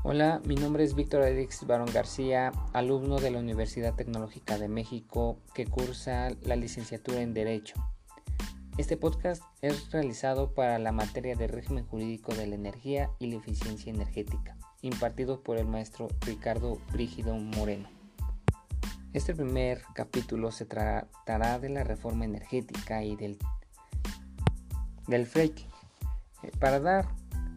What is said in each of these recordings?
Hola, mi nombre es Víctor Edix Barón García, alumno de la Universidad Tecnológica de México que cursa la licenciatura en Derecho. Este podcast es realizado para la materia de régimen jurídico de la energía y la eficiencia energética, impartido por el maestro Ricardo Brígido Moreno. Este primer capítulo se tratará de la reforma energética y del FREIC. Para dar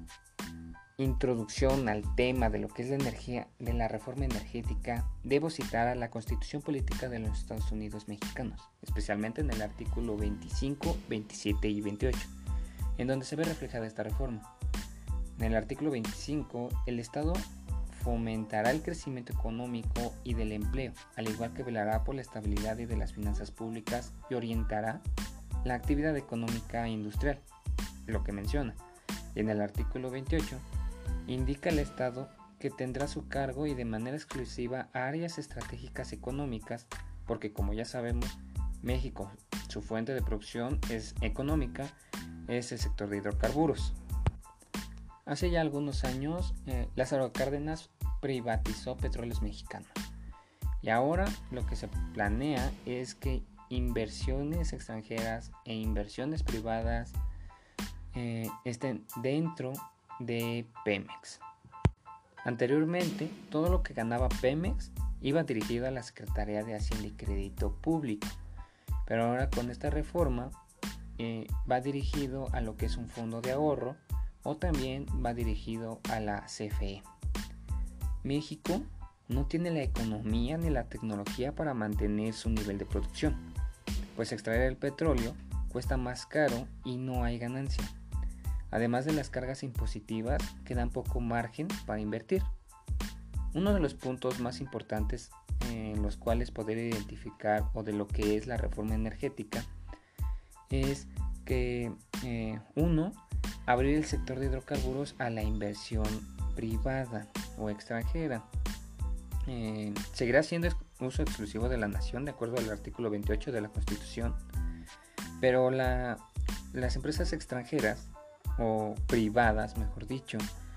introducción al tema de lo que es la energía de la reforma energética, debo citar a la Constitución Política de los Estados Unidos Mexicanos, especialmente en el artículo 25, 27 y 28, en donde se ve reflejada esta reforma. En el artículo 25, el Estado fomentará el crecimiento económico y del empleo, al igual que velará por la estabilidad de las finanzas públicas y orientará la actividad económica e industrial, lo que menciona. Y en el artículo 28, indica al Estado que tendrá a su cargo y de manera exclusiva áreas estratégicas económicas, porque como ya sabemos, México, su fuente de producción es económica, es el sector de hidrocarburos. Hace ya algunos años, Lázaro Cárdenas privatizó Petróleos Mexicanos. Y ahora lo que se planea es que inversiones extranjeras e inversiones privadas estén dentro de Pemex. Anteriormente, todo lo que ganaba Pemex iba dirigido a la Secretaría de Hacienda y Crédito Público, pero ahora con esta reforma va dirigido a lo que es un fondo de ahorro o también va dirigido a la CFE. México no tiene la economía ni la tecnología para mantener su nivel de producción, pues extraer el petróleo cuesta más caro y no hay ganancia. Además de las cargas impositivas que dan poco margen para invertir. Uno de los puntos más importantes en los cuales poder identificar o de lo que es la reforma energética es que abrir el sector de hidrocarburos a la inversión privada o extranjera. Seguirá siendo uso exclusivo de la nación de acuerdo al artículo 28 de la Constitución, pero las empresas extranjeras o privadas, mejor dicho,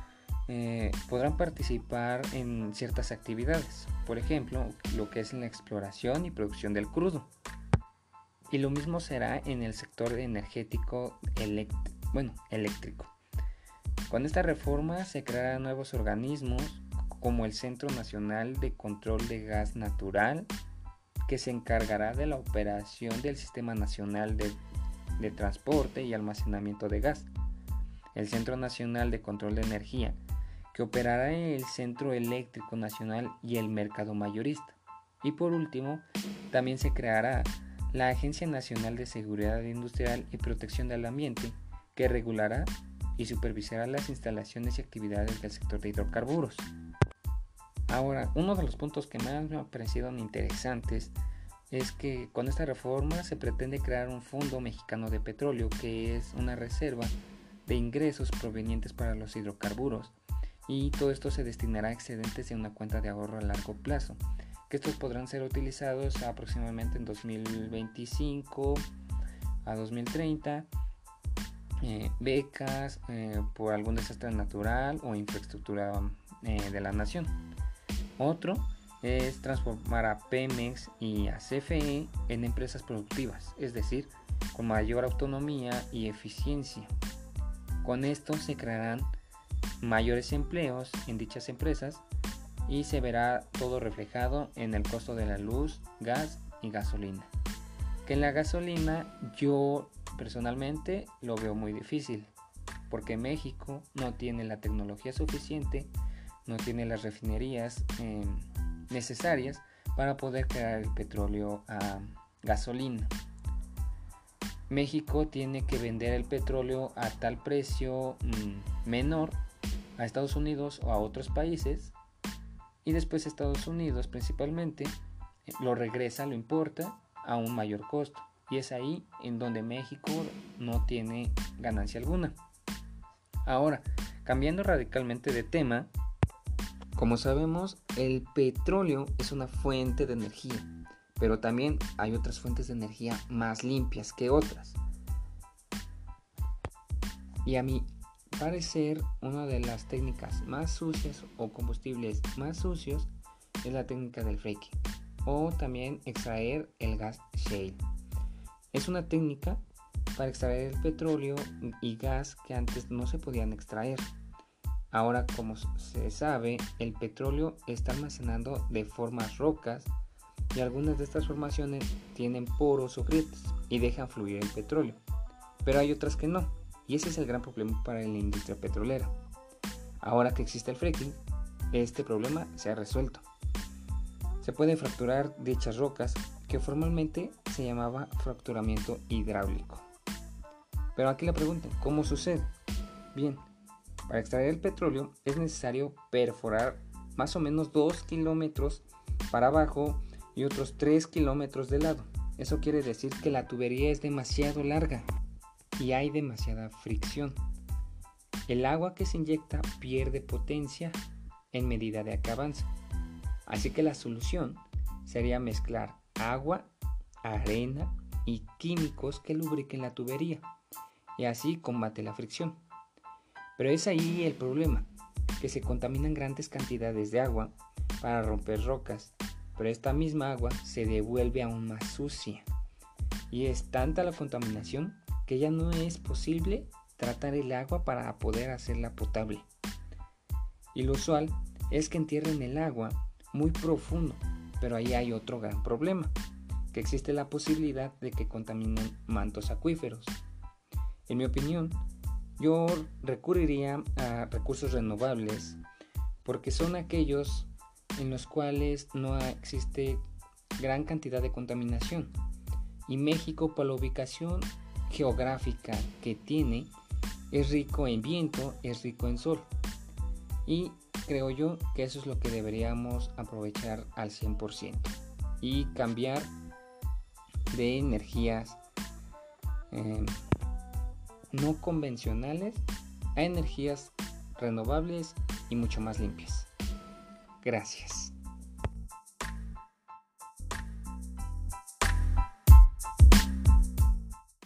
podrán participar en ciertas actividades, por ejemplo, lo que es en la exploración y producción del crudo. Y lo mismo será en el sector energético eléctrico. Con esta reforma se crearán nuevos organismos como el Centro Nacional de Control de Gas Natural, que se encargará de la operación del Sistema Nacional de Transporte y Almacenamiento de Gas. El Centro Nacional de Control de Energía, que operará el Centro Eléctrico Nacional y el Mercado Mayorista. Y por último, también se creará la Agencia Nacional de Seguridad Industrial y Protección del Ambiente, que regulará y supervisará las instalaciones y actividades del sector de hidrocarburos. Ahora, uno de los puntos que más me han parecido interesantes es que con esta reforma se pretende crear un Fondo Mexicano de Petróleo, que es una reserva de ingresos provenientes para los hidrocarburos, y todo esto se destinará a excedentes de una cuenta de ahorro a largo plazo, que estos podrán ser utilizados aproximadamente en 2025 a 2030, becas por algún desastre natural o infraestructura de la nación. Otro es transformar a Pemex y a CFE en empresas productivas, es decir, con mayor autonomía y eficiencia. Con esto se crearán mayores empleos en dichas empresas y se verá todo reflejado en el costo de la luz, gas y gasolina. Que en la gasolina yo personalmente lo veo muy difícil, porque México no tiene la tecnología suficiente, no tiene las refinerías necesarias para poder crear el petróleo a gasolina. México tiene que vender el petróleo a tal precio menor a Estados Unidos o a otros países, y después Estados Unidos principalmente lo regresa, lo importa a un mayor costo, y es ahí en donde México no tiene ganancia alguna. Ahora, cambiando radicalmente de tema, como sabemos, el petróleo es una fuente de energía, pero también hay otras fuentes de energía más limpias que otras. Y a mi parecer, una de las técnicas más sucias o combustibles más sucios es la técnica del fracking, o también extraer el gas shale. Es una técnica para extraer el petróleo y gas que antes no se podían extraer. Ahora, como se sabe, el petróleo está almacenado de formas rocas y algunas de estas formaciones tienen poros o grietas y dejan fluir el petróleo, pero hay otras que no, y ese es el gran problema para la industria petrolera. Ahora que existe el fracking, este problema se ha resuelto. Se pueden fracturar dichas rocas, que formalmente se llamaba fracturamiento hidráulico. Pero aquí la pregunta, ¿cómo sucede? Bien, para extraer el petróleo es necesario perforar más o menos 2 kilómetros para abajo y otros 3 kilómetros de lado. Eso quiere decir que la tubería es demasiado larga y hay demasiada fricción. El agua que se inyecta pierde potencia en medida de que avanza. Así que la solución sería mezclar agua, arena y químicos que lubriquen la tubería, y así combate la fricción. Pero es ahí el problema, que se contaminan grandes cantidades de agua para romper rocas, pero esta misma agua se devuelve aún más sucia. Y es tanta la contaminación que ya no es posible tratar el agua para poder hacerla potable. Y lo usual es que entierren el agua muy profundo, pero ahí hay otro gran problema, que existe la posibilidad de que contaminen mantos acuíferos. En mi opinión, yo recurriría a recursos renovables porque son aquellos en los cuales no existe gran cantidad de contaminación, y México, por la ubicación geográfica que tiene, es rico en viento, es rico en sol, y creo yo que eso es lo que deberíamos aprovechar al 100% y cambiar de energías no convencionales a energías renovables y mucho más limpias. Gracias.